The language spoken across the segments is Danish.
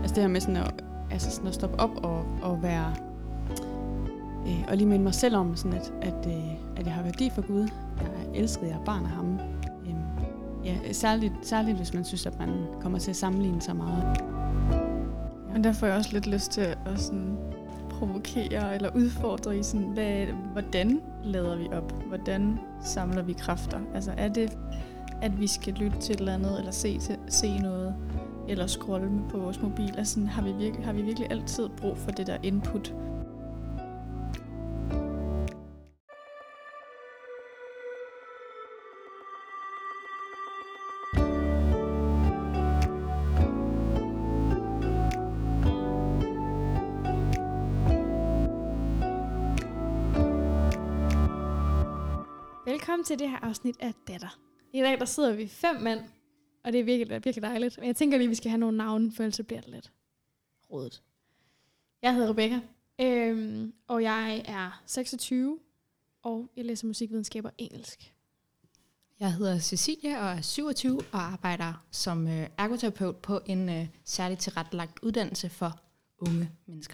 Altså det her med sådan at stoppe op og være... og lige minde mig selv om, sådan at jeg har værdi for Gud. Jeg er elsket, jeg er barn af ham. Ja, særligt hvis man synes, at man kommer til at sammenligne sig meget. Ja. Men der får jeg også lidt lyst til at sådan provokere eller udfordre i sådan, hvordan lader vi op? Hvordan samler vi kræfter? Altså er det, at vi skal lytte til et eller andet, eller se noget, eller scrolle på vores mobil? Altså har vi virkelig altid brug for det der input? Velkommen til det her afsnit af Datter. I dag der sidder vi 5 mænd, og det er virkelig dejligt. Men jeg tænker lige, at vi skal have nogle navne, for ellers bliver det lidt rodet. Jeg hedder Rebecca, og jeg er 26, og jeg læser musikvidenskab og engelsk. Jeg hedder Cecilia og er 27 og arbejder som ergoterapeut på en særligt tilrettelagt uddannelse for unge mennesker.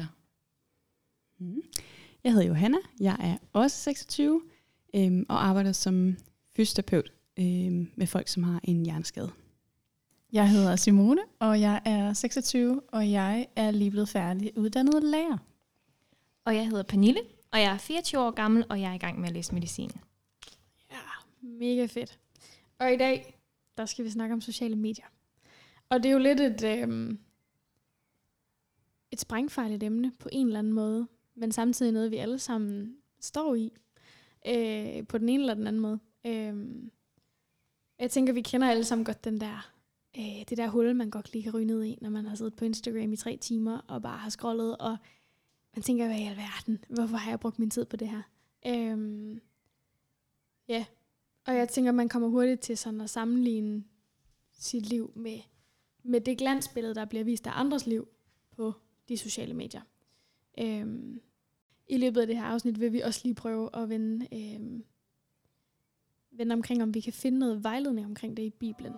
Jeg hedder Johanna, jeg er også 26 og arbejder som fysioterapeut med folk, som har en hjerneskade. Jeg hedder Simone, og jeg er 26, og jeg er lige blevet færdig uddannet lærer. Og jeg hedder Pernille, og jeg er 24 år gammel, og jeg er i gang med at læse medicin. Ja, mega fedt. Og i dag, der skal vi snakke om sociale medier. Og det er jo lidt et sprængfarligt emne på en eller anden måde, men samtidig noget, vi alle sammen står i på den ene eller den anden måde. Jeg tænker, vi kender alle sammen godt det der hul, man godt lige kan ryge ned i, når man har siddet på Instagram i 3 timer og bare har scrollet, og man tænker, hvad i alverden? Hvorfor har jeg brugt min tid på det her? Ja, og jeg tænker, man kommer hurtigt til sådan at sammenligne sit liv med det glansbillede, der bliver vist af andres liv på de sociale medier. I løbet af det her afsnit vil vi også lige prøve at vende omkring, om vi kan finde noget vejledning omkring det i Bibelen.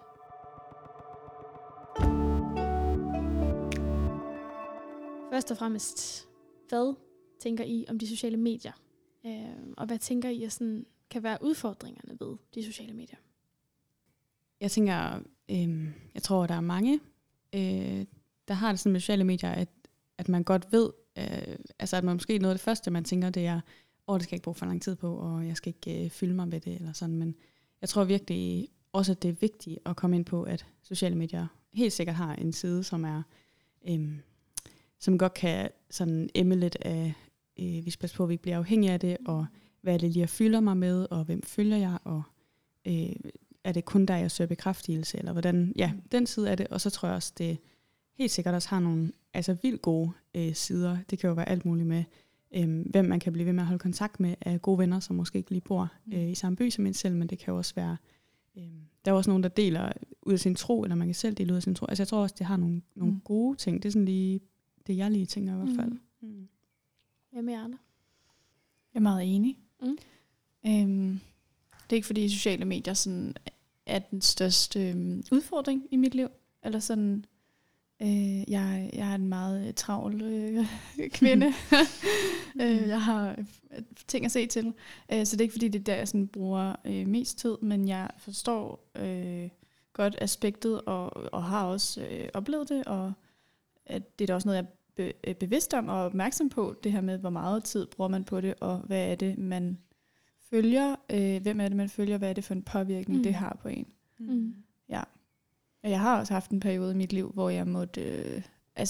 Først og fremmest, hvad tænker I om de sociale medier? Og hvad tænker I, at sådan kan være udfordringerne ved de sociale medier? Jeg tænker, jeg tror, der er mange, der har det sådan med sociale medier, at man godt ved, altså at man måske noget af det første, man tænker, det er, det skal jeg ikke bruge for lang tid på, og jeg skal ikke fylde mig med det, eller sådan. Men jeg tror virkelig også, at det er vigtigt at komme ind på, at sociale medier helt sikkert har en side, som er, som godt kan sådan emme lidt af, vi skal passe på, at vi ikke bliver afhængige af det, og hvad er det lige, jeg fylder mig med, og hvem følger jeg, og er det kun der, jeg søger bekræftelse, eller hvordan, ja, den side af det. Og så tror jeg også, det helt sikkert også har nogle vildt gode sider. Det kan jo være alt muligt med, hvem man kan blive ved med at holde kontakt med af gode venner, som måske ikke lige bor i samme by som en selv, men det kan jo også være, der er også nogen, der deler ud af sin tro, eller man kan selv dele ud af sin tro. Altså jeg tror også, det har nogle gode ting. Det er sådan lige det, jeg lige tænker i hvert fald. Hvad med andre? Jeg er meget enig. Det er ikke fordi sociale medier sådan er den største udfordring i mit liv, eller sådan. Jeg er en meget travl kvinde. Jeg har ting at se til. Så det er ikke fordi, det er der, jeg sådan bruger mest tid, men jeg forstår godt aspektet, og har også oplevet det, og at det er da også noget, jeg er bevidst om og opmærksom på, det her med, hvor meget tid bruger man på det, og hvad er det, man følger, hvem er det, man følger, hvad er det for en påvirkning, det har på en. Ja. Og jeg har også haft en periode i mit liv, hvor jeg måtte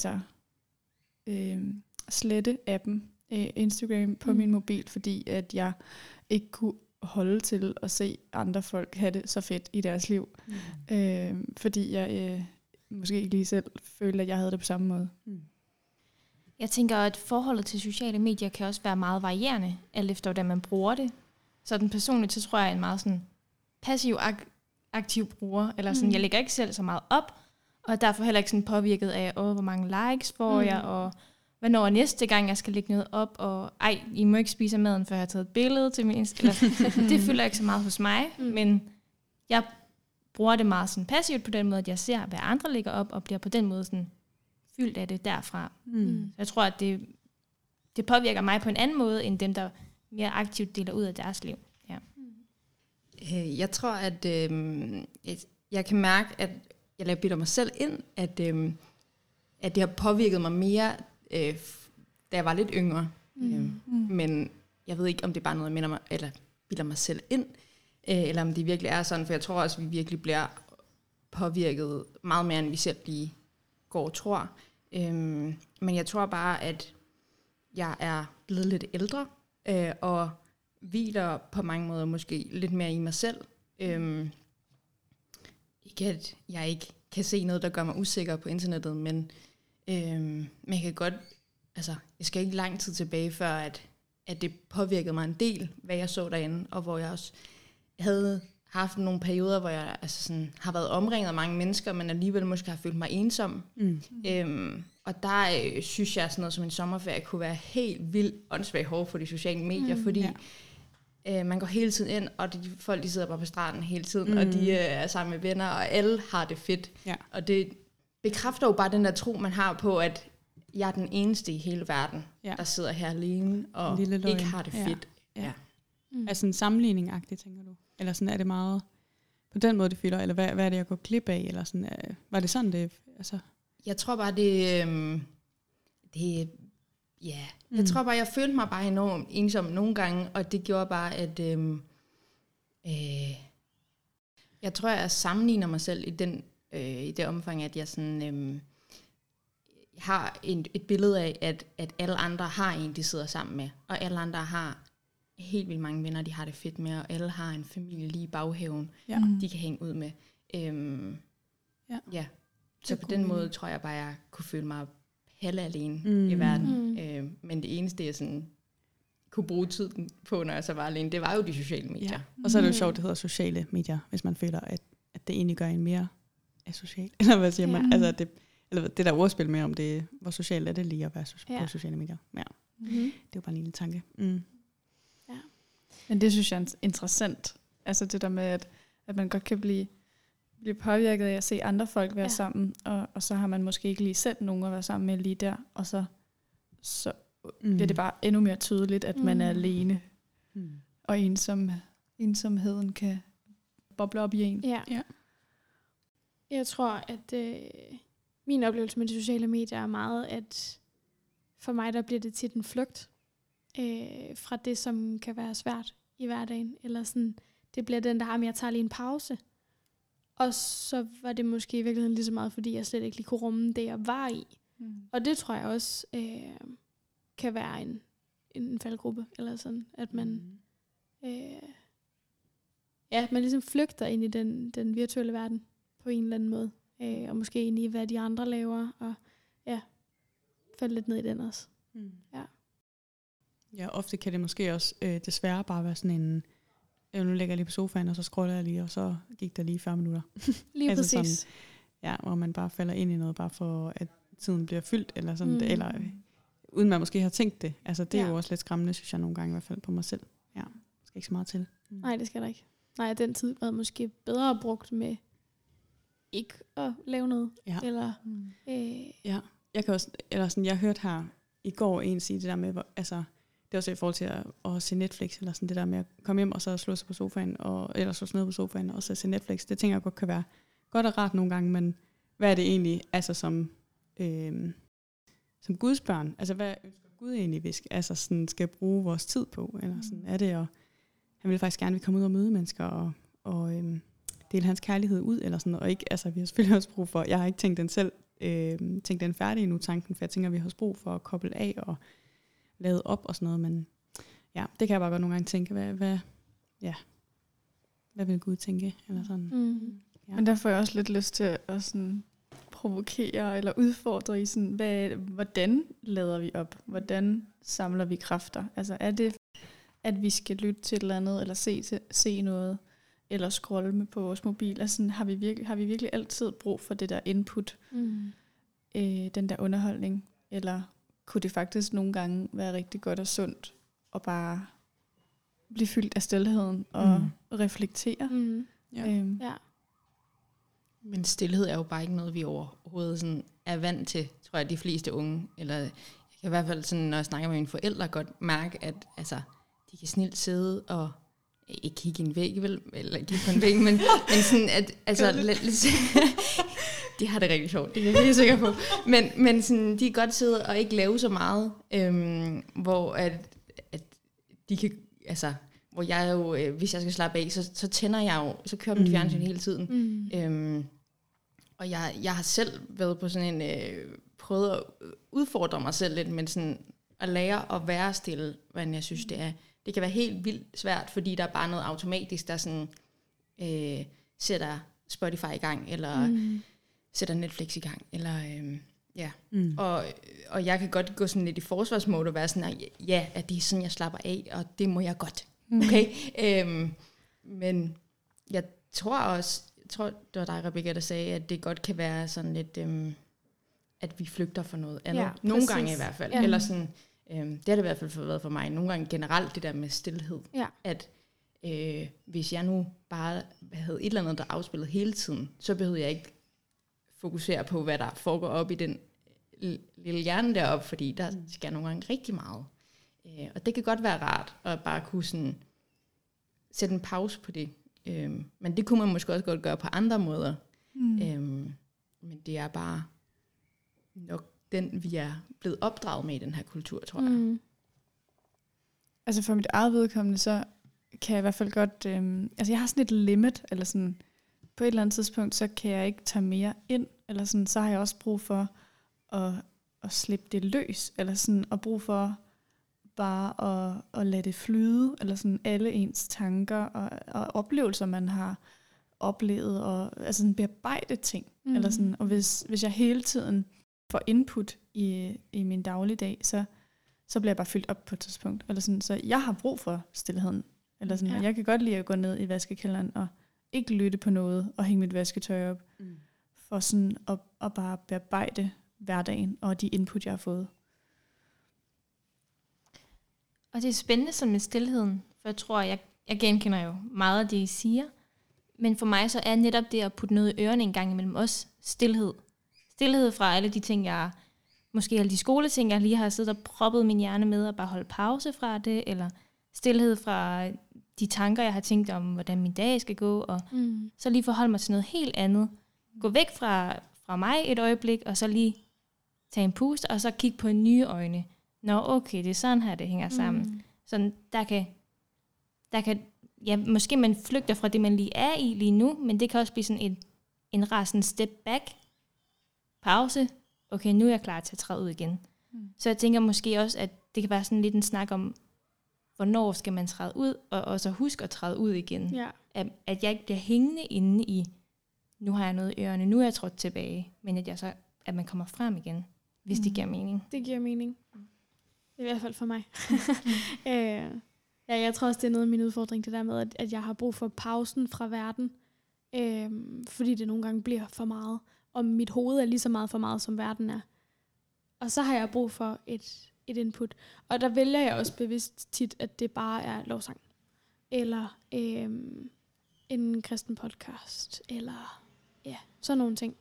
slette appen Instagram på min mobil, fordi at jeg ikke kunne holde til at se andre folk have det så fedt i deres liv. Fordi jeg måske ikke lige selv følte, at jeg havde det på samme måde. Jeg tænker, at forholdet til sociale medier kan også være meget varierende, alt efter hvordan man bruger det. Så den personligt, så tror jeg, er en meget sådan passiv aktiv bruger, eller sådan, jeg lægger ikke selv så meget op, og er derfor heller ikke sådan påvirket af, hvor mange likes får jeg, og hvornår er næste gang, jeg skal lægge noget op, og I må ikke spise maden, før jeg har taget et billede til min Instagram. Det fylder ikke så meget hos mig, men jeg bruger det meget sådan passivt på den måde, at jeg ser, hvad andre lægger op, og bliver på den måde sådan fyldt af det derfra. Mm. Så jeg tror, at det påvirker mig på en anden måde, end dem, der mere aktivt deler ud af deres liv. Ja. Jeg tror, at jeg kan mærke, at jeg bilder mig selv ind, at det har påvirket mig mere, da jeg var lidt yngre. Men jeg ved ikke, om det er bare noget, jeg minder mig, eller bilder mig selv ind, eller om det virkelig er sådan, for jeg tror også, at vi virkelig bliver påvirket meget mere, end vi selv lige går og tror. Men jeg tror bare, at jeg er blevet lidt ældre, og hviler på mange måder måske lidt mere i mig selv. Ikke at jeg ikke kan se noget, der gør mig usikker på internettet, men jeg kan godt, altså jeg skal ikke lang tid tilbage, før at det påvirkede mig en del, hvad jeg så derinde, og hvor jeg også havde haft nogle perioder, hvor jeg altså sådan, har været omringet af mange mennesker, men alligevel måske har følt mig ensom. Og der synes jeg, sådan noget som en sommerferie kunne være helt vildt åndssvagt hårdt for de sociale medier, fordi man går hele tiden ind, og folk de sidder bare på stranden hele tiden, og de er sammen med venner, og alle har det fedt. Ja. Og det bekræfter jo bare den der tro, man har på, at jeg er den eneste i hele verden, der sidder her alene, og ikke har det fedt. Ja. Altså en sammenligning-agtigt, tænker du? Eller sådan er det meget på den måde, det fylder? Eller hvad er det, jeg går glip af? Eller sådan, var det sådan, det... Altså? Jeg tror bare, jeg tror bare, jeg følte mig bare enormt ensom nogle gange, og det gjorde bare, at jeg tror, jeg sammenligner mig selv i det omfang, at jeg sådan har et billede af, at alle andre har en, de sidder sammen med, og alle andre har helt vildt mange venner, de har det fedt med, og alle har en familie lige i baghaven, de kan hænge ud med. Så på den måde tror jeg bare, jeg kunne føle mig palle alene i verden. Men det eneste, jeg sådan kunne bruge tiden på, når jeg så var alene, det var jo de sociale medier. Ja. Og så er det jo sjovt, det hedder sociale medier, hvis man føler, at det egentlig gør en mere asocial. Eller hvad siger man? Altså det der ordspil med, om det hvor socialt er det lige at være på sociale medier. Ja. Det er jo bare en lille tanke. Ja. Men det synes jeg er interessant. Altså det der med, at man godt kan blive påvirket af at se andre folk være sammen, og så har man måske ikke lige selv nogen at være sammen med lige der, og så bliver det bare endnu mere tydeligt, at man er alene, og ensomheden kan boble op i en. Ja. Jeg tror, at min oplevelse med de sociale medier er meget, at for mig der bliver det tit en flugt fra det, som kan være svært i hverdagen, eller sådan, det bliver den, der har mere tager lige en pause. Og så var det måske i virkeligheden lige så meget, fordi jeg slet ikke lige kunne rumme det, jeg var i. Og det tror jeg også kan være en faldgruppe, eller sådan, at man man ligesom flygter ind i den virtuelle verden på en eller anden måde. Og måske ind i, hvad de andre laver, og falde lidt ned i den også. Ja, ofte kan det måske også desværre bare være sådan en, nu ligger jeg lige på sofaen, og så scroller jeg lige, og så gik der lige 40 minutter. Lige altså præcis. Sådan, hvor man bare falder ind i noget, bare for at tiden bliver fyldt, eller sådan, eller uden man måske har tænkt det. Altså det er jo også lidt skræmmende, synes jeg nogle gange, i hvert fald på mig selv. Ja, det skal ikke så meget til. Nej, det skal der ikke. Nej, den tid var måske bedre brugt med ikke at lave noget. Ja. Eller, jeg kan også, eller sådan, jeg hørte her i går en sige det der med, altså det er også i forhold til at se Netflix, eller sådan det der med at komme hjem og så slå sig på sofaen, eller slå sig ned på sofaen og så se Netflix. Det tænker jeg godt kan være godt og rart nogle gange, men hvad er det egentlig, altså som Guds børn, altså hvad ønsker Gud egentlig, vi skal bruge vores tid på, eller sådan er det, og han vil faktisk gerne, at vi kommer ud og møde mennesker, og dele hans kærlighed ud, eller sådan, og ikke, altså vi har selvfølgelig også brug for, jeg har ikke tænkt den selv, tænkt den færdig endnu, tanken, for jeg tænker, vi har også brug for at koble af, og lade op, og sådan noget, men ja, det kan jeg bare godt nogle gange tænke, hvad vil Gud tænke, eller sådan. Ja. Men der får jeg også lidt lyst til at sådan provokere, eller udfordre i sådan, hvordan lader vi op? Hvordan samler vi kræfter? Altså er det, at vi skal lytte til et eller andet, eller se noget, eller scrolle med på vores mobil? Altså, har vi virkelig altid brug for det der input, den der underholdning? Eller kunne det faktisk nogle gange være rigtig godt og sundt, og bare blive fyldt af stilheden, og reflektere? Men stillhed er jo bare ikke noget, vi overhovedet sådan er vant til, tror jeg, de fleste unge. Eller jeg kan i hvert fald, sådan, når jeg snakker med mine forældre, godt mærke, at altså, de kan snilt sidde og ikke kigge i en væg, vel? Eller kigge på en væg, men sådan, at altså, de har det rigtig sjovt, det er jeg helt sikker på. Men sådan, de kan godt sidde og ikke lave så meget, hvor at de kan, altså, hvor jeg jo, hvis jeg skal slappe af, så tænder jeg jo, så kører mit fjernsyn hele tiden. Og jeg har selv været på sådan en, prøvet at udfordre mig selv lidt, men sådan at lære at være stille, hvordan jeg synes, det kan være helt vildt svært, fordi der er bare noget automatisk, der sådan sætter Spotify i gang, eller sætter Netflix i gang, eller og jeg kan godt gå sådan lidt i forsvarsmode og være sådan, at det er sådan, jeg slapper af, og det må jeg godt. Okay? Men jeg tror, det var dig, Rebecca, der sagde, at det godt kan være sådan lidt, at vi flygter for noget andet. Ja, nogle præcis. gange i hvert fald. Ja. Eller sådan, det har det i hvert fald været for mig. Nogle gange generelt det der med stillhed. Ja. At hvis jeg nu bare havde et eller andet, der afspillede hele tiden, så behøvede jeg ikke fokusere på, hvad der foregår op i den lille hjerne deroppe, fordi der sker nogle gange rigtig meget. Og det kan godt være rart at bare kunne sådan sætte en pause på det. Men det kunne man måske også godt gøre på andre måder. Men det er bare nok den, vi er blevet opdraget med i den her kultur, tror jeg. Altså for mit eget vedkommende, så kan jeg i hvert fald godt, altså jeg har sådan et limit, eller sådan, på et eller andet tidspunkt, så kan jeg ikke tage mere ind, eller sådan, så har jeg også brug for at slippe det løs, eller sådan, og brug for bare at lade det flyde, eller sådan alle ens tanker og oplevelser, man har oplevet, og altså sådan bearbejde ting, eller sådan, og hvis jeg hele tiden får input i min dagligdag, så bliver jeg bare fyldt op på et tidspunkt, eller sådan, så jeg har brug for stillheden, eller sådan, og jeg kan godt lide at gå ned i vaskekælderen, og ikke lytte på noget, og hænge mit vasketøj op, for sådan at bare bearbejde hverdagen, og de input, jeg har fået. Og det er spændende sådan med stilheden, for jeg tror, jeg genkender jo meget af det, I siger. Men for mig så er netop det at putte noget i ørerne en gang imellem også stilhed. Stilhed fra alle de ting, måske alle de skoleting, jeg lige har siddet og proppet min hjerne med, og bare holde pause fra det, eller stilhed fra de tanker, jeg har tænkt om, hvordan min dag skal gå, og så lige forholde mig til noget helt andet. Gå væk fra mig et øjeblik, og så lige tage en puste, og så kigge på nye øjne. Nå, okay, det er sådan her, det hænger sammen. Sådan, der kan ja, måske man flygter fra det, man lige er i lige nu, men det kan også blive sådan en rar sådan step back, pause, okay, nu er jeg klar til at træde ud igen. Så jeg tænker måske også, at det kan være sådan lidt en snak om, hvornår skal man træde ud, og så huske at træde ud igen. Ja. At jeg ikke bliver hængende inde i, nu har jeg noget i ørerne, nu er jeg trådt tilbage, men at man kommer frem igen, hvis det giver mening. Det giver mening. I hvert fald for mig. Jeg tror også, det er noget af min udfordring, det der med, at jeg har brug for pausen fra verden, fordi det nogle gange bliver for meget, og mit hoved er lige så meget for meget, som verden er. Og så har jeg brug for et input. Og der vælger jeg også bevidst tit, at det bare er lovsang. Eller en kristen podcast. Eller sådan nogle ting.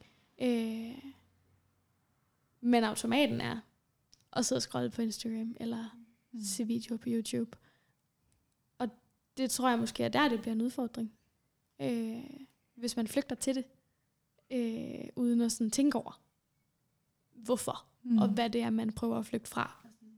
Men automaten er at sidde og scrolle på Instagram, eller se videoer på YouTube. Og det tror jeg måske er der, det bliver en udfordring. Hvis man flygter til det, uden at sådan tænke over, hvorfor, og hvad det er, man prøver at flygte fra.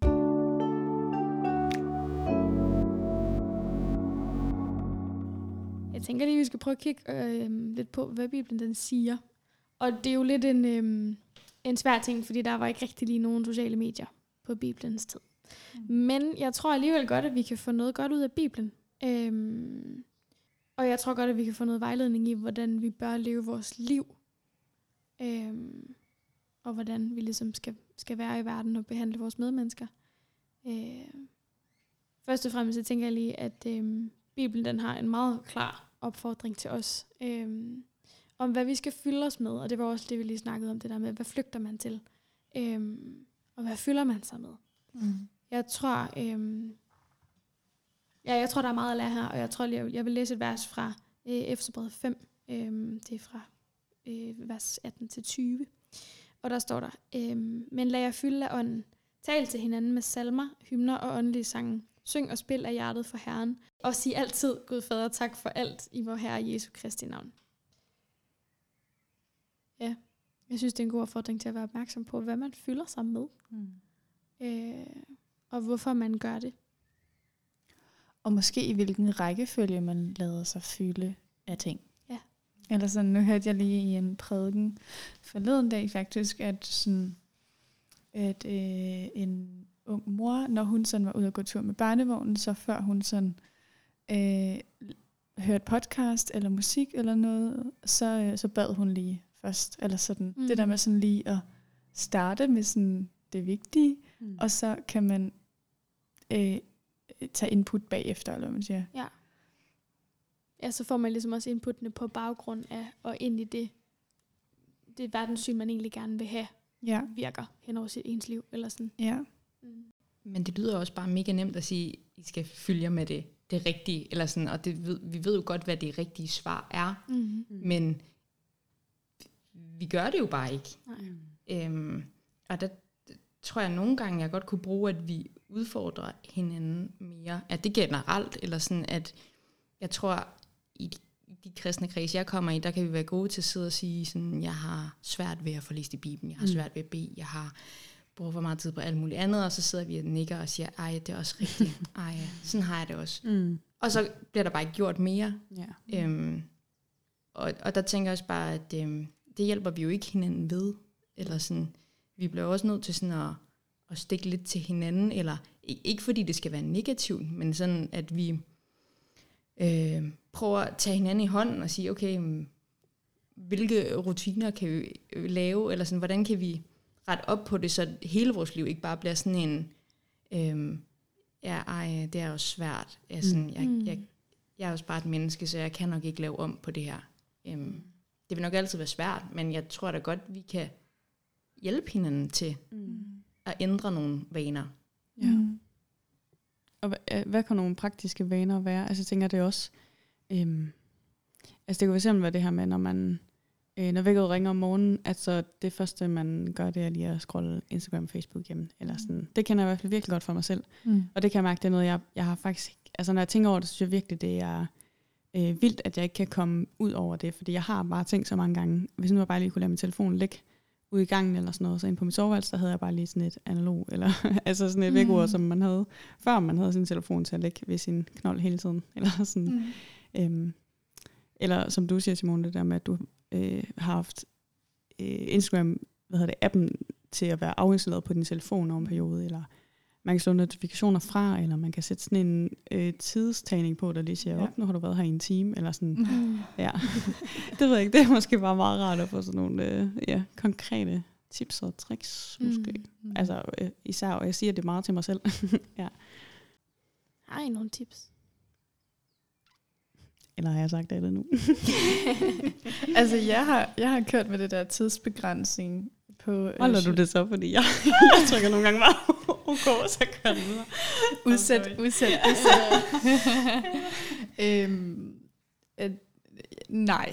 Jeg tænker lige, vi skal prøve at kigge lidt på, hvad Bibelen den siger. Og det er jo lidt en svær ting, fordi der var ikke rigtig lige nogen sociale medier på Bibelens tid. Men jeg tror alligevel godt, at vi kan få noget godt ud af Bibelen. Og jeg tror godt, at vi kan få noget vejledning i, hvordan vi bør leve vores liv. Og hvordan vi ligesom skal være i verden og behandle vores medmennesker. Først og fremmest så tænker jeg lige, at Bibelen den har en meget klar opfordring til os. Om hvad vi skal fylde os med. Og det var også det, vi lige snakkede om, det der med, hvad flygter man til? Og hvad fylder man sig med? Jeg tror, jeg tror, der er meget at lære her, og jeg tror, jeg vil læse et vers fra Efeserbrevet 5. Det er fra vers 18-20. Og der står der, men lad jer fylde af ånden. Tal til hinanden med salmer, hymner og åndelige sange. Syng og spil af hjertet for Herren. Og sig altid, Gud Fader, tak for alt i vor Herre Jesu Kristi navn. Ja, jeg synes, det er en god opfordring til at være opmærksom på, hvad man fylder sig med. Og hvorfor man gør det. Og måske i hvilken rækkefølge man lader sig fylde af ting. Ja. Eller sådan, nu hørte jeg lige i en prædiken forleden dag faktisk, at en ung mor, når hun sådan var ude at gå tur med barnevognen, så før hun sådan hørte podcast eller musik eller noget, så bad hun lige først. Eller sådan, det der med sådan lige at starte med sådan det vigtige, og så kan man tage input bagefter, eller hvad man siger. Ja. Ja, så får man ligesom også inputtene på baggrund af, og ind i det verdenssyn, man egentlig gerne vil have, virker hen over sit ens liv, eller sådan. Ja. Men det lyder også bare mega nemt at sige, I skal følge jer med det rigtige, eller sådan, og vi ved jo godt, hvad det rigtige svar er, men vi gør det jo bare ikke. Og der tror jeg nogle gange, jeg godt kunne bruge, at vi udfordrer hinanden mere. Ja, det generelt, eller sådan, at jeg tror, i de kristne kreds, jeg kommer i, der kan vi være gode til at sidde og sige, sådan, jeg har svært ved at få læst i Bibelen, jeg har svært ved at bede, jeg har brugt for meget tid på alt muligt andet, og så sidder vi og nikker og siger, ej, det er også rigtigt, ej, sådan har jeg det også. Og så bliver der bare ikke gjort mere. Ja. Og der tænker jeg også bare, at det hjælper vi jo ikke hinanden ved, eller sådan, vi bliver også nødt til sådan at stikke lidt til hinanden, eller ikke fordi det skal være negativt, men sådan, at vi prøver at tage hinanden i hånden og sige, okay, hvilke rutiner kan vi lave, eller sådan, hvordan kan vi rette op på det, så hele vores liv ikke bare bliver sådan en, det er jo svært. Jeg er også bare et menneske, så jeg kan nok ikke lave om på det her. Det vil nok altid være svært, men jeg tror da godt, vi kan hjælpe hinanden til at ændre nogle vaner. Ja. Og hvad kan nogle praktiske vaner være? Altså jeg tænker det også, altså det kunne fx være det her med, når man, når vækket ringer om morgenen, at så det første man gør, det er lige at scrolle Instagram og Facebook igennem. Eller sådan. Det kender jeg i hvert fald virkelig godt for mig selv. Og det kan jeg mærke, det er noget, jeg har faktisk, altså når jeg tænker over det, synes jeg virkelig, det er vildt, at jeg ikke kan komme ud over det, fordi jeg har bare tænkt så mange gange, hvis nu jeg bare lige kunne lade min telefon ligge ude i gangen eller sådan noget, så ind på mit soveværelse, der havde jeg bare lige sådan et analog, eller altså sådan et vækord, som man havde, før man havde sin telefon til at lægge ved sin knold hele tiden, eller sådan. Eller som du siger, Simone, det der med, at du har haft Instagram, appen til at være afinstalleret på din telefon over en periode, eller man kan slå notifikationer fra, eller man kan sætte sådan en tidstagning på, der lige siger, nu har du været her i en time, eller sådan. Ja, det ved jeg ikke. Det er måske bare meget rart at få sådan nogle konkrete tips og tricks, måske. Altså især, og jeg siger det meget til mig selv. Ja. Har I nogle tips? Eller har jeg sagt det nu? Altså, jeg har kørt med det der tidsbegrænsning på... Holder du det så, fordi jeg trykker nogle gange bare OK, så kører den videre. Udsæt. Nej.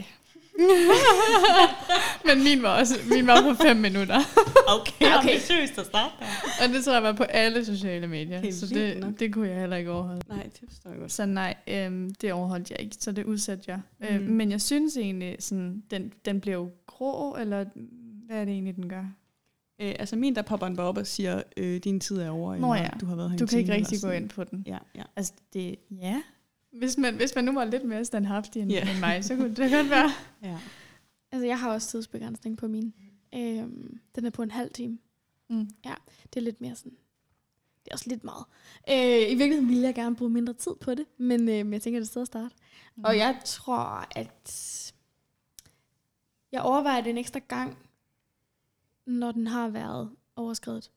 Men min var på 5 minutter. Okay. Seriøst at starte der. Og det tror jeg var på alle sociale medier. Okay, så det kunne jeg heller ikke overholde. Nej, det forstår jeg godt. Så nej, det overholdt jeg ikke, så det udsatte jeg. Men jeg synes egentlig, sådan, den bliver jo grå, eller hvad er det egentlig, den gør? Altså min, der popper den bare op og siger, din tid er over, eller du har været her du kan ikke rigtig gå ind på den. Ja. Altså det, Hvis man nu var lidt mere standhaftig end mig, så kunne det godt være. Ja. Altså jeg har også tidsbegrænsning på min. Den er på en halv time. Ja, det er lidt mere sådan. Det er også lidt meget. I virkeligheden ville jeg gerne bruge mindre tid på det, men jeg tænker, det er et sted at starte. Og jeg tror, at jeg overvejer det en ekstra gang, når den har været overskredet.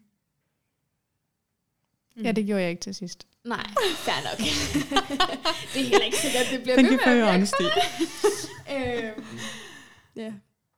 Ja, det gjorde jeg ikke til sidst. Nej, fair nok. Det er heller ikke sikkert, at det bliver den ved med at virke. Ja.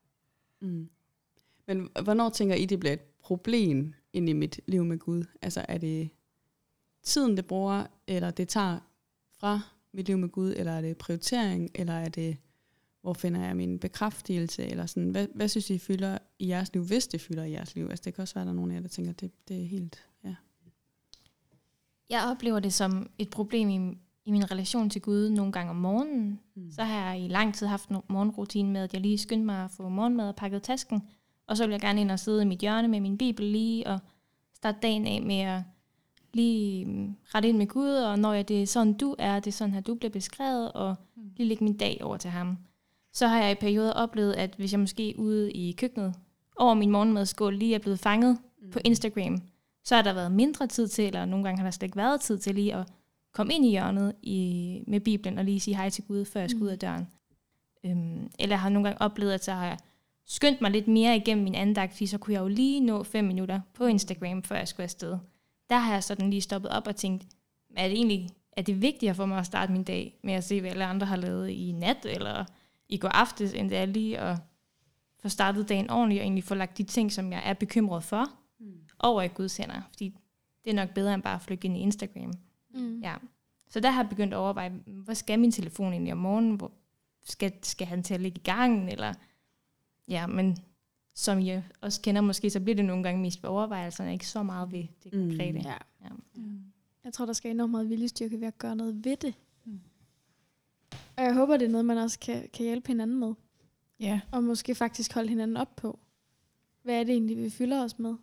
Men hvornår tænker I, det bliver et problem ind i mit liv med Gud? Altså er det tiden, det bruger, eller det tager fra mit liv med Gud, eller er det prioritering, eller er det hvor finder jeg min bekræftelse, eller sådan, hvad synes I fylder i jeres liv, hvis det fylder i jeres liv? Altså det kan også være, at der er nogen af jer, der tænker, det er helt, ja. Jeg oplever det som et problem i min relation til Gud nogle gange om morgenen. Så har jeg i lang tid haft en morgenrutine med, at jeg lige skyndte mig at få morgenmad og pakket tasken, og så vil jeg gerne ind og sidde i mit hjørne med min bibel lige, og starte dagen af med at lige rette ind med Gud, og når det er sådan, du er, det er sådan her, du bliver beskrevet, og lige lægge min dag over til ham. Så har jeg i perioder oplevet, at hvis jeg måske ude i køkkenet over min morgenmadskål lige er blevet fanget på Instagram, så har der været mindre tid til, eller nogle gange har der slet ikke været tid til lige at komme ind i hjørnet med Bibelen og lige sige hej til Gud, før jeg skal ud af døren. Eller har nogle gange oplevet, at så har jeg skyndt mig lidt mere igennem min andagt, fordi så kunne jeg jo lige nå 5 minutter på Instagram, før jeg skulle afsted. Der har jeg sådan lige stoppet op og tænkt, er det vigtigere for mig at starte min dag med at se, hvad alle andre har lavet i nat, eller i går aftes, end det er lige at få startet dagen ordentligt, og egentlig få lagt de ting, som jeg er bekymret for, over i Guds hænder. Fordi det er nok bedre, end bare at flytte ind i Instagram. Ja. Så der har jeg begyndt at overveje, hvor skal min telefon egentlig om morgenen? Hvor skal han til at ligge i gangen? Eller, ja, men som I også kender måske, så bliver det nogle gange mest ved overvejelserne, ikke så meget ved det konkrete. Ja. Jeg tror, der skal enormt meget viljestyrke ved at gøre noget ved det. Og jeg håber, det er noget, man også kan hjælpe hinanden med. Ja. Og måske faktisk holde hinanden op på. Hvad er det egentlig, vi fylder os med?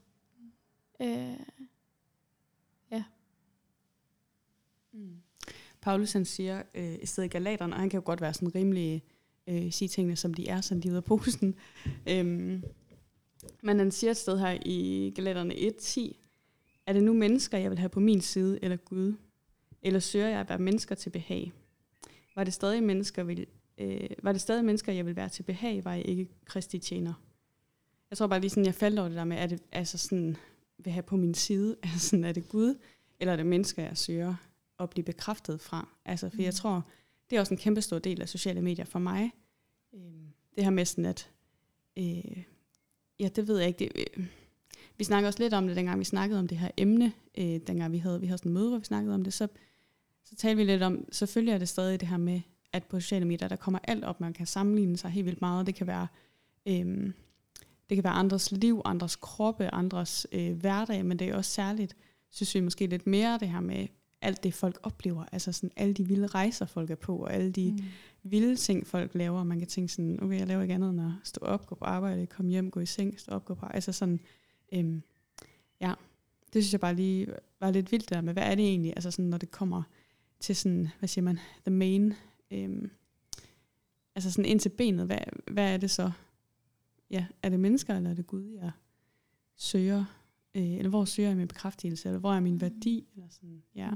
Ja. Paulus han siger i stedet Galaterne, og han kan jo godt være sådan rimelig sige tingene, som de er, sådan de er ud af posen. Men han siger et sted her i Galaterne 1:10, er det nu mennesker, jeg vil have på min side, eller Gud? Eller søger jeg at være mennesker til behag? Var det stadig mennesker, jeg vil være til behag, var jeg ikke Kristi tjener. Jeg tror bare lige sådan, jeg faldt over det der med, er det altså sådan, vil have på min side, altså sådan, er det Gud, eller er det mennesker, jeg søger at blive bekræftet fra? Altså, for jeg tror, det er også en kæmpe stor del af sociale medier for mig. Det her med sådan, at, ja, det ved jeg ikke, vi snakkede også lidt om det, dengang vi snakkede om det her emne, dengang vi havde sådan en møde, hvor vi snakkede om det, så talte vi lidt om, selvfølgelig er det stadig det her med, at på sociale medier, der kommer alt op, man kan sammenligne sig helt vildt meget. Det kan være andres liv, andres kroppe, andres hverdag, men det er også særligt, synes vi måske lidt mere det her med alt det, folk oplever. Altså sådan alle de vilde rejser, folk er på, og alle de vilde ting, folk laver. Man kan tænke sådan, okay, jeg laver ikke andet end at stå op, gå på arbejde, komme hjem, gå i seng, stå op, gå på arbejde. Altså sådan, ja, det synes jeg bare lige var lidt vildt der med, hvad er det egentlig? Altså sådan, når det kommer til sådan, hvad siger man, the main, altså sådan ind til benet, hvad er det så? Ja, er det mennesker, eller er det Gud, jeg søger? Eller hvor søger jeg min bekræftelse? Eller hvor er min værdi? Eller sådan, ja.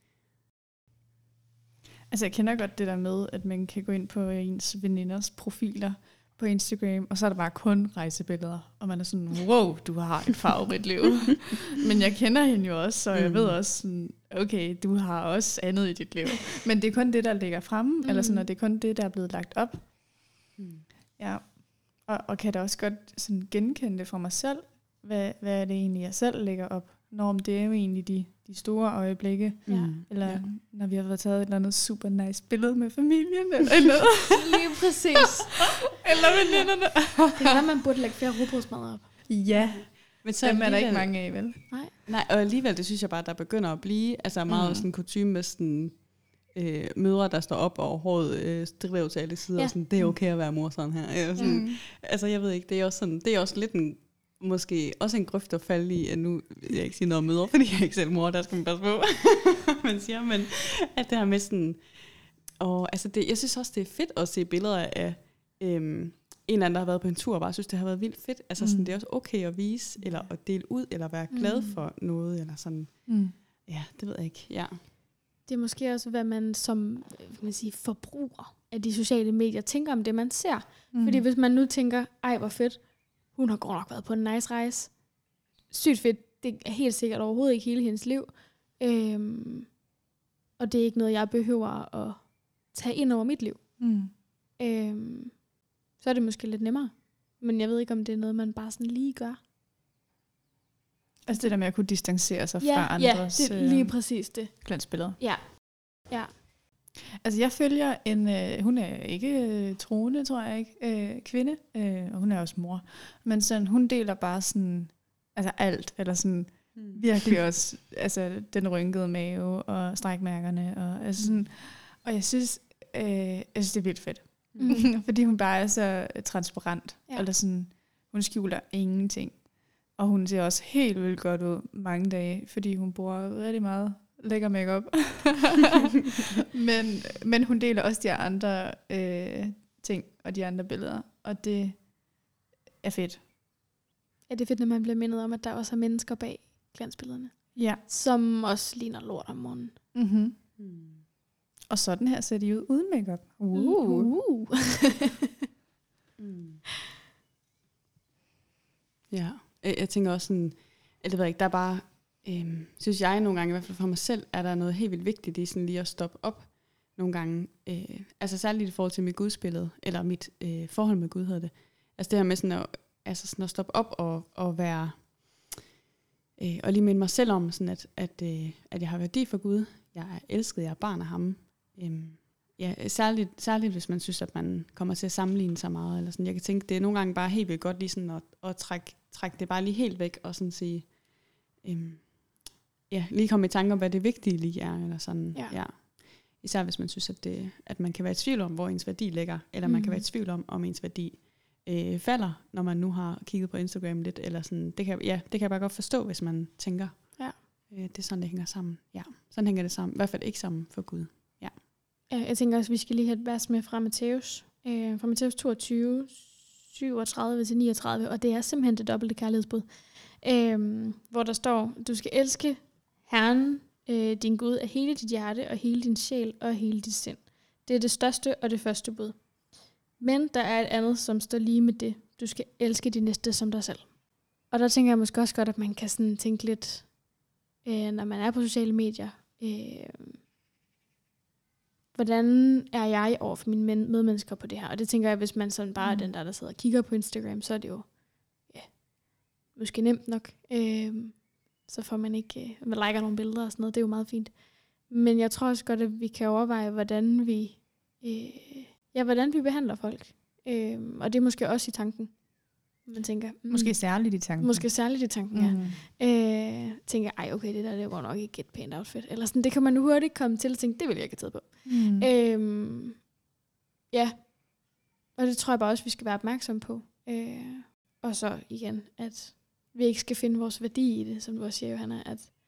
Altså jeg kender godt det der med, at man kan gå ind på ens veninders profiler på Instagram, og så er der bare kun rejsebilleder, og man er sådan, wow, du har et farverigt liv. Men jeg kender hende jo også, så jeg ved også sådan, okay, du har også andet i dit liv. Men det er kun det, der ligger fremme, eller sådan, og det er kun det, der er blevet lagt op. Ja, og kan da også godt sådan genkende det fra mig selv, hvad er det egentlig, jeg selv lægger op? Når det er jo egentlig de store øjeblikke, eller når vi har været taget et eller andet super nice billede med familien, eller noget. Lige præcis. Eller veninderne. Det er, man burde lægge flere rugbrødsmadder op. Ja, men så dem er der ikke mange af, vel? Nej, og alligevel, det synes jeg bare, der begynder at blive, altså meget sådan kutyme med sådan, mødre, der står op, og håret driver til alle sider, og sådan, det er okay at være mor sådan her. Sådan, altså, jeg ved ikke, det er også sådan, det er også lidt en, måske også en grøft at falde i, at nu vil jeg ikke sige noget om mødre, fordi jeg er ikke selv mor, der skal man passe på, men at det her med sådan, og altså det, jeg synes også, det er fedt at se billeder af en eller anden, der har været på en tur, og bare synes, det har været vildt fedt. Altså sådan, det er også okay at vise, eller at dele ud, eller være glad for noget, eller sådan. Ja, det ved jeg ikke, ja. Det er måske også, hvad man som forbruger af de sociale medier tænker om det, man ser. Fordi hvis man nu tænker, ej, hvor fedt, hun har godt nok været på en nice rejse. Sygt fedt, det er helt sikkert overhovedet ikke hele hendes liv. Og det er ikke noget, jeg behøver at tage ind over mit liv. Så er det måske lidt nemmere. Men jeg ved ikke, om det er noget, man bare sådan lige gør. Altså det der med at kunne distancere sig fra andres det er lige præcis det. glansbilleder. Ja. Altså jeg følger hun er ikke troende, tror jeg ikke, kvinde, og hun er også mor. Men sådan, hun deler bare sådan, altså alt, eller sådan virkelig også, altså den rynkede mave og strækmærkerne, og altså sådan, og jeg synes det er vildt fedt. Fordi hun bare er så transparent, eller sådan, hun skjuler ingenting. Og hun ser også helt vildt godt ud mange dage, fordi hun bruger rigtig meget lækker makeup. men hun deler også de andre ting og de andre billeder, og det er fedt. Ja, det er fedt, når man bliver mindet om, at der også er mennesker bag glansbillederne. Ja. Som også ligner lort om morgenen. Mm-hmm. Og sådan her ser de ud uden makeup. Ja, jeg tænker også sådan, at det ved jeg ikke, der er bare, synes jeg nogle gange, i hvert fald for mig selv, er der noget helt vildt vigtigt i sådan lige at stoppe op nogle gange. Altså særligt i forhold til mit gudsbillede, eller mit forhold med Gud hedder det. Altså det her med sådan at stoppe op og være, og lige minde mig selv om, sådan at jeg har værdi for Gud. Jeg er elsket, jeg er barn af ham. Ja, særligt hvis man synes, at man kommer til at sammenligne sig meget. Eller sådan. Jeg kan tænke, det er nogle gange bare helt vildt godt lige sådan at trække det bare lige helt væk, og sådan sige, lige komme i tanke om, hvad det vigtige lige er. Eller sådan, ja. Især hvis man synes, at man kan være i tvivl om, hvor ens værdi ligger, eller man kan være i tvivl om ens værdi falder, når man nu har kigget på Instagram lidt. Eller sådan. Det kan jeg bare godt forstå, hvis man tænker, det er sådan, det hænger sammen. Ja, sådan hænger det sammen. I hvert fald ikke sammen for Gud. Ja, jeg tænker også, at vi skal lige have et vers med fra Matthæus. Fra Matthæus 22, 37-39, og det er simpelthen det dobbelte kærlighedsbud. Hvor der står, du skal elske Herren, din Gud, af hele dit hjerte, og hele din sjæl, og hele dit sind. Det er det største og det første bud. Men der er et andet, som står lige med det. Du skal elske din næste som dig selv. Og der tænker jeg måske også godt, at man kan sådan tænke lidt, når man er på sociale medier, hvordan er jeg over for mine medmennesker på det her? Og det tænker jeg, hvis man sådan bare er den der sidder og kigger på Instagram, så er det jo måske nemt nok. Så får man ikke, man liker nogle billeder og sådan noget, det er jo meget fint. Men jeg tror også godt, at vi kan overveje, hvordan vi behandler folk. Og det er måske også i tanken. Man tænker, måske særligt i tanken. Måske særligt i tanken, ja. Tænker, okay, det var nok ikke et pænt outfit. Eller sådan, det kan man nu hurtigt komme til at tænke, det vil jeg ikke have taget på. Ja. Og det tror jeg bare også, vi skal være opmærksomme på. Og så igen, at vi ikke skal finde vores værdi i det, som du også siger, Johanna,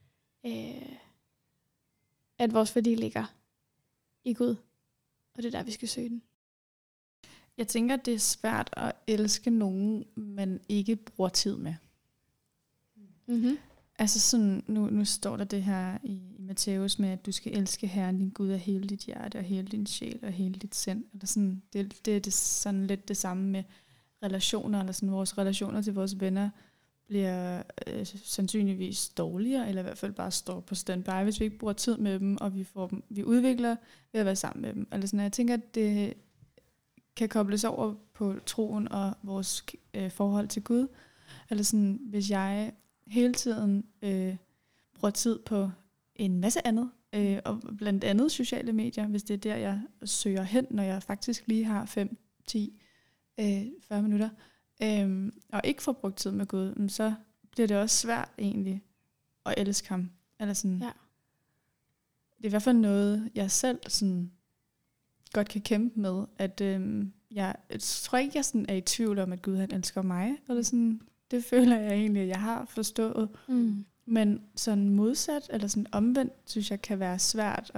at vores værdi ligger i Gud. Og det er der, vi skal søge den. Jeg tænker, det er svært at elske nogen, man ikke bruger tid med. Mm-hmm. Altså sådan, nu står der det her i Matthæus med, at du skal elske Herren din Gud af hele dit hjerte, og hele din sjæl, og hele dit sind. Eller sådan, det er sådan lidt det samme med relationer, eller sådan vores relationer til vores venner bliver sandsynligvis dårligere, eller i hvert fald bare står på standby, hvis vi ikke bruger tid med dem, og vi udvikler ved at være sammen med dem. Eller sådan, jeg tænker, at det kan kobles over på troen og vores forhold til Gud. Eller sådan, hvis jeg hele tiden bruger tid på en masse andet, og blandt andet sociale medier, hvis det er der, jeg søger hen, når jeg faktisk lige har 5, 10, 40 minutter, og ikke får brugt tid med Gud, så bliver det også svært egentlig at elske ham. Eller sådan, ja. Det er i hvert fald noget, jeg selv sådan godt kan kæmpe med, at jeg tror ikke, jeg sådan er i tvivl om, at Gud han elsker mig, eller sådan, det føler jeg egentlig, at jeg har forstået. Men sådan modsat, eller sådan omvendt, synes jeg kan være svært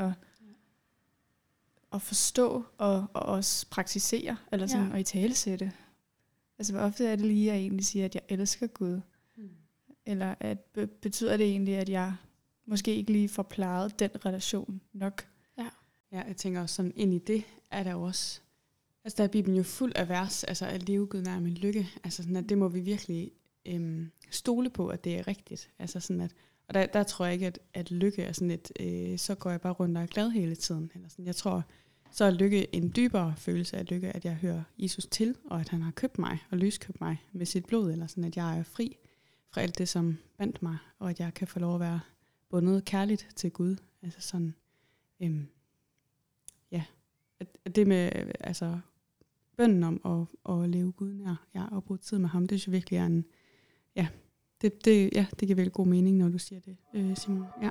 at forstå, og også praktisere, eller sådan, og italesætte. Altså, hvor ofte er det lige, at jeg egentlig siger, at jeg elsker Gud? Eller at betyder det egentlig, at jeg måske ikke lige får plejet den relation nok? Ja, jeg tænker også sådan, ind i det er der jo også, altså der er Bibelen jo fuld af vers, altså at leve Gud nær min lykke, altså sådan, at det må vi virkelig stole på, at det er rigtigt. Altså sådan at, og der tror jeg ikke, at lykke er sådan et, så går jeg bare rundt og er glad hele tiden. Eller sådan. Jeg tror, så er lykke en dybere følelse af lykke, at jeg hører Jesus til, og at han har købt mig og løskøbt mig med sit blod, eller sådan, at jeg er fri fra alt det, som bandt mig, og at jeg kan få lov at være bundet kærligt til Gud. Altså sådan, at det med altså bønnen om at leve Gud nær, og bruge tid med ham, det synes jeg virkelig er en, det giver virkelig god mening, når du siger det, Simon. Ja.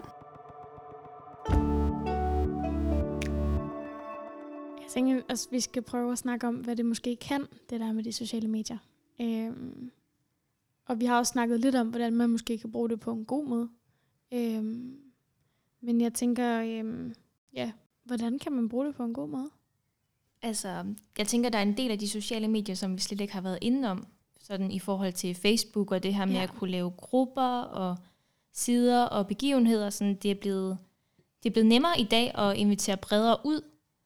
Jeg tænker, altså, vi skal prøve at snakke om, hvad det måske kan, det der med de sociale medier. Og vi har også snakket lidt om, hvordan man måske kan bruge det på en god måde. Men jeg tænker, hvordan kan man bruge det på en god måde? Altså, jeg tænker, der er en del af de sociale medier, som vi slet ikke har været inde om. Sådan i forhold til Facebook og det her med at kunne lave grupper og sider og begivenheder. Sådan, det er blevet nemmere i dag at invitere bredere ud.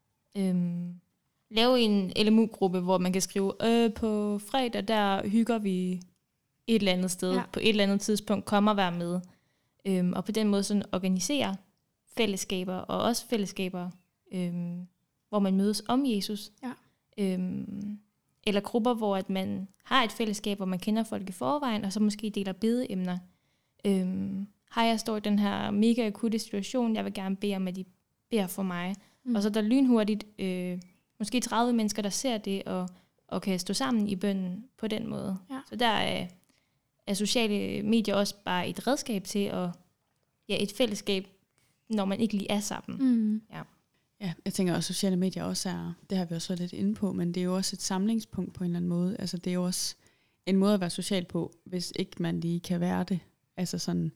Lave en LMU-gruppe, hvor man kan skrive, på fredag, der hygger vi et eller andet sted. På et eller andet tidspunkt kommer at være med. Og på den måde sådan organisere fællesskaber, og også fællesskaber, hvor man mødes om Jesus. Eller grupper, hvor at man har et fællesskab, hvor man kender folk i forvejen, og så måske deler bedeemner. Jeg står i den her mega akutte situation, jeg vil gerne bede om, at de beder for mig. Og så er der lynhurtigt måske 30 mennesker, der ser det, og kan stå sammen i bønnen på den måde. Så der er sociale medier også bare et redskab til at et fællesskab, når man ikke lige er sammen. Ja, jeg tænker også, at sociale medier også er, det har vi også været lidt inde på, men det er jo også et samlingspunkt på en eller anden måde. Altså det er jo også en måde at være social på, hvis ikke man lige kan være det. Altså sådan,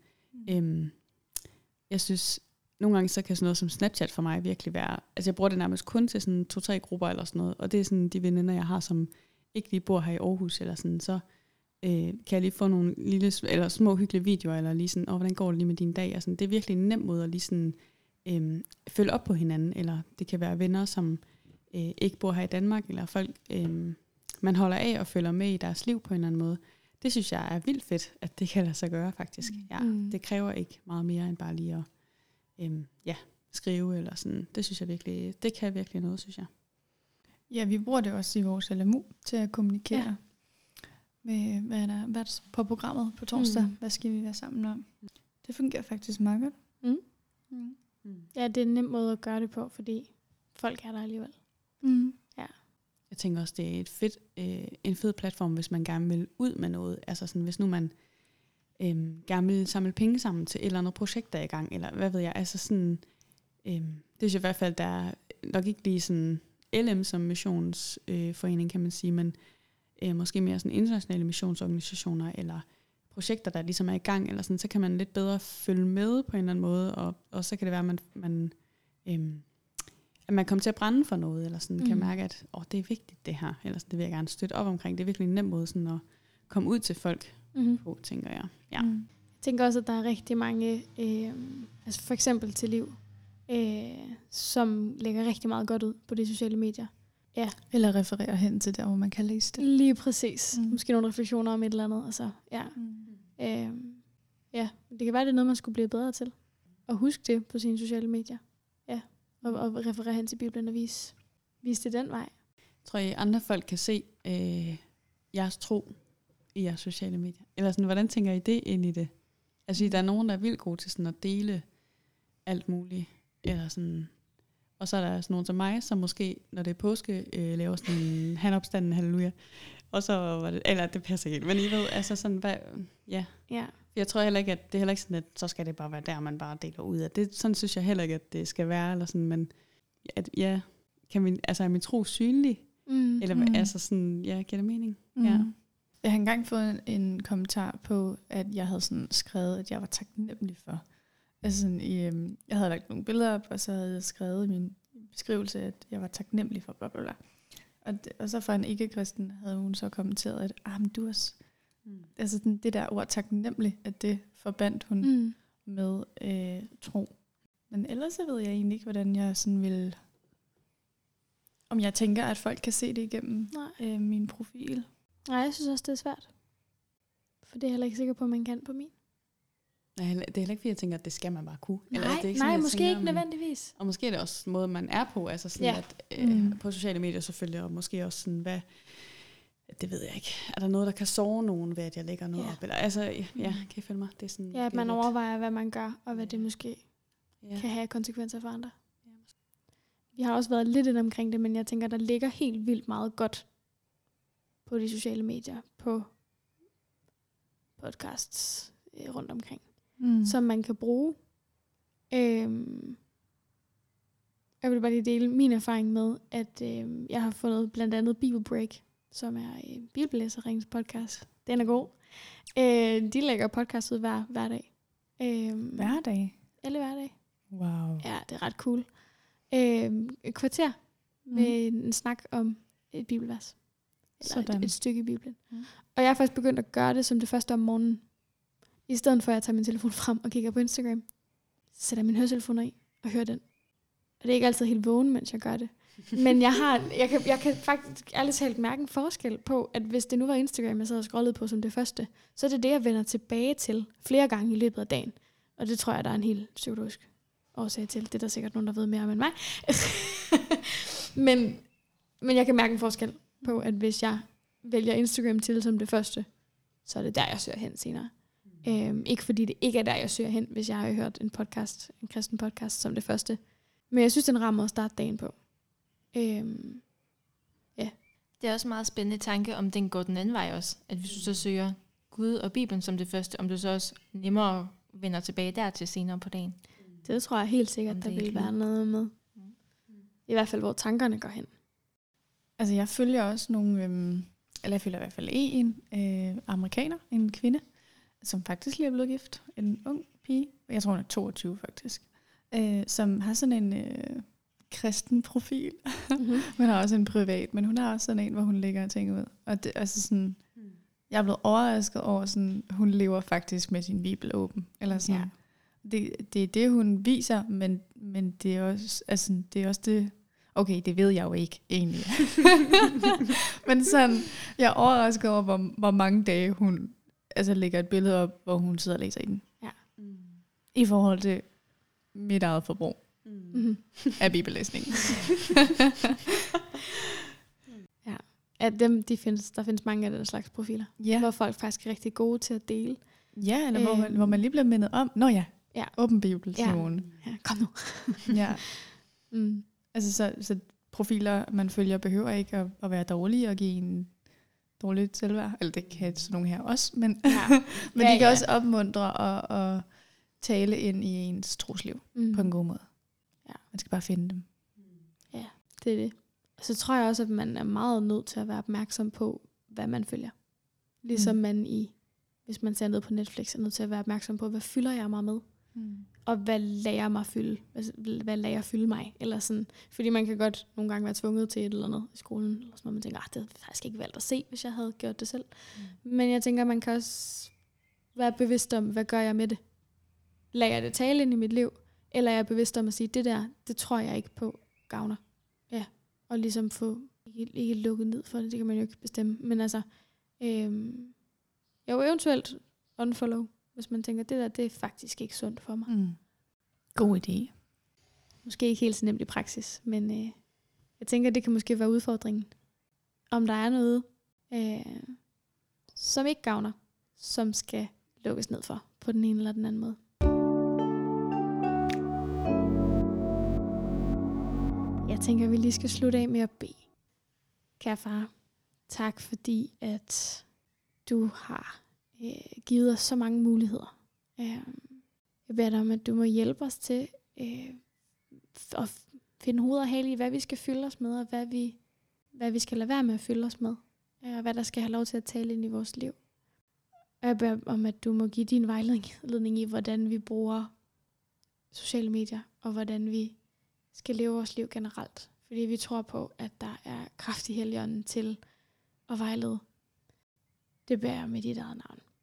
jeg synes, nogle gange så kan sådan noget som Snapchat for mig virkelig være, altså jeg bruger det nærmest kun til sådan 2-3 grupper eller sådan noget, og det er sådan de veninder, jeg har, som ikke lige bor her i Aarhus eller sådan, så kan jeg lige få nogle lille, eller små hyggelige videoer, eller lige sådan, hvordan går det lige med din dag, og sådan, det er virkelig en nem måde at lige sådan, følge op på hinanden, eller det kan være venner, som ikke bor her i Danmark, eller folk, man holder af og følger med i deres liv på en eller anden måde. Det synes jeg er vildt fedt, at det kan lade sig gøre faktisk. Det kræver ikke meget mere end bare lige at skrive, eller sådan. Det synes jeg virkelig, det kan virkelig noget, synes jeg. Ja, vi bruger det også i vores LMU til at kommunikere med, hvad er på programmet på torsdag. Hvad skal vi være sammen om? Det fungerer faktisk meget godt. Ja, det er en nem måde at gøre det på, fordi folk er der alligevel. Jeg tænker også, det er en fed platform, hvis man gerne vil ud med noget. Altså sådan, hvis nu man gerne vil samle penge sammen til et eller andet projekt, der er i gang, eller hvad ved jeg. Altså sådan, det synes jeg i hvert fald, der er nok ikke lige sådan LM som missionsforening, kan man sige, men måske mere sådan internationale missionsorganisationer, eller projekter, der ligesom er i gang, eller sådan, så kan man lidt bedre følge med på en eller anden måde, og så kan det være, at man kommer til at brænde for noget, eller sådan kan mærke, at det er vigtigt det her, eller sådan, det vil jeg gerne støtte op omkring. Det er virkelig en nem måde sådan at komme ud til folk på, tænker jeg. Ja. Jeg tænker også, at der er rigtig mange, altså for eksempel til Liv, som lægger rigtig meget godt ud på de sociale medier. Ja. Eller refererer hen til der, hvor man kan læse det. Lige præcis. Måske nogle refleksioner om et eller andet. Altså, det kan være, det er noget, man skulle blive bedre til. Og huske det på sine sociale medier. Ja. Og referere hen til Bibelen og vise det den vej. Tror I, andre folk kan se jeres tro i jeres sociale medier? Eller sådan, hvordan tænker I det ind i det? Altså, der er nogen, der er vildt gode til sådan at dele alt muligt. Eller sådan. Og så er der sådan nogen som mig, som måske, når det er påske, laver sådan en handopstanden, halleluja. Og så var det, eller det passer ikke, men I ved, altså sådan, hvad, ja. Jeg tror heller ikke, at det er heller ikke sådan, at så skal det bare være der, man bare deler ud af. Det, sådan synes jeg heller ikke, at det skal være, eller sådan, men at, er min tro synlig? Eller altså sådan, giver det mening? Ja. Jeg har engang fået en kommentar på, at jeg havde sådan skrevet, at jeg var taknemmelig for. Altså sådan, jeg havde lagt nogle billeder op, og så havde jeg skrevet i min beskrivelse, at jeg var taknemmelig for bla bla bla. Og så for en ikke-kristen havde hun så kommenteret, at men du også. Altså det der ord taknemmelig, at det forbandt hun med tro. Men ellers så ved jeg egentlig ikke, hvordan jeg sådan vil, om jeg tænker, at folk kan se det igennem min profil. Nej, jeg synes også, det er svært. For det er jeg heller ikke sikker på, at man kan på min. Nej, det er heller ikke, fordi jeg tænker, at det skal man bare kunne. Nej, eller, det er ikke sådan, måske tænker, ikke nødvendigvis. Og måske er det også måde, man er på. Altså sådan, at på sociale medier selvfølgelig, og måske også sådan, hvad, det ved jeg ikke. Er der noget, der kan såre nogen ved, at jeg lægger noget op? Eller, altså, kan I følge mig? Det er sådan, at man overvejer, hvad man gør, og hvad det måske kan have konsekvenser for andre. vi har også været lidt ind omkring det, men jeg tænker, der ligger helt vildt meget godt på de sociale medier, på podcasts rundt omkring, som man kan bruge. Jeg vil bare lige dele min erfaring med, at jeg har fundet blandt andet Bible Break, som er Bibellæseringens podcast. Den er god. De lægger podcast ud hver dag. Hver dag? Alle hverdag. Wow. Ja, det er ret cool. Et kvarter med en snak om et bibelvers. Eller et stykke i Bibelen. Og jeg har faktisk begyndt at gøre det som det første om morgenen. I stedet for at jeg tager min telefon frem og kigger på Instagram, så sætter jeg min høretelefoner i og hører den. Og det er ikke altid helt vågen, mens jeg gør det. Men jeg kan faktisk ærligt talt mærke en forskel på, at hvis det nu var Instagram, jeg sad og scrollede på som det første, så er det det, jeg vender tilbage til flere gange i løbet af dagen. Og det tror jeg, der er en helt psykologisk årsag til. Det er der sikkert nogen, der ved mere om end mig. men jeg kan mærke en forskel på, at hvis jeg vælger Instagram til som det første, så er det der, jeg søger hen senere. Ikke fordi det ikke er der, jeg søger hen, hvis jeg har hørt en kristen podcast som det første. Men jeg synes, det er en rar måde at starte dagen på. Ja. Det er også en meget spændende tanke, om den går den anden vej også. At hvis du så søger Gud og Bibelen som det første, om du så også nemmere vender tilbage dertil senere på dagen. Det tror jeg helt sikkert, der vil være noget med. I hvert fald, hvor tankerne går hen. Altså, jeg følger også nogle, eller jeg følger i hvert fald en amerikaner, en kvinde, som faktisk lige er blevet gift. En ung pige, jeg tror hun er 22 faktisk, som har sådan en kristen profil. Hun har også en privat, men hun har også sådan en, hvor hun lægger ting ud. Og det, altså sådan, jeg er blevet overrasket over, sådan, hun lever faktisk med sin bibel åben. Eller sådan. Ja. Det er det, hun viser, men det er også, altså, det er også det. Okay, det ved jeg jo ikke egentlig. Men sådan, jeg er overrasket over, hvor mange dage hun altså lægger et billede op, hvor hun sidder og læser i den. Ja. I forhold til mit eget forbrug af bibellæsning. Ja. At dem, der findes mange af den slags profiler, hvor folk faktisk er rigtig gode til at dele. Ja, eller hvor man lige bliver mindet om, åben bibel til nogen. Ja, kom nu. Ja. Altså så profiler, man følger, behøver ikke at være dårlige og give en dårligt selvværd. Eller det kan sådan nogle her også, men, men de kan også opmuntre og tale ind i ens trosliv på en god måde. Ja. Man skal bare finde dem. Ja, det er det. Og så tror jeg også, at man er meget nødt til at være opmærksom på, hvad man følger. Ligesom man hvis man ser noget på Netflix, er nødt til at være opmærksom på, hvad fylder jeg mig med? Og hvad lader jeg mig fylde? Hvad lader jeg fylde mig? Eller sådan. Fordi man kan godt nogle gange være tvunget til et eller andet i skolen, eller sådan noget, man tænker, det havde jeg faktisk ikke valgt at se, hvis jeg havde gjort det selv. Men jeg tænker, man kan også være bevidst om, hvad gør jeg med det? Lader jeg det tale ind i mit liv? Eller er jeg bevidst om at sige, det tror jeg ikke på gavner. Ja, og ligesom få ikke lukket ned for det kan man jo ikke bestemme. Men altså, jo eventuelt unfollow, hvis man tænker, det er faktisk ikke sundt for mig. God idé. Måske ikke helt så nemt i praksis, men jeg tænker, det kan måske være udfordringen. Om der er noget, som ikke gavner, som skal lukkes ned for, på den ene eller den anden måde. Jeg tænker, at vi lige skal slutte af med at bede. Kære far, tak fordi, at du har givet os så mange muligheder. Jeg beder dig om, at du må hjælpe os til at finde hoved og hale i, hvad vi skal fylde os med, og hvad vi skal lade være med at fylde os med, og hvad der skal have lov til at tale ind i vores liv. Og jeg beder om, at du må give din vejledning i, hvordan vi bruger sociale medier, og hvordan vi skal leve vores liv generelt. Fordi vi tror på, at der er kraft i Helligånden til at vejlede. Det beder jeg med dit eget navn.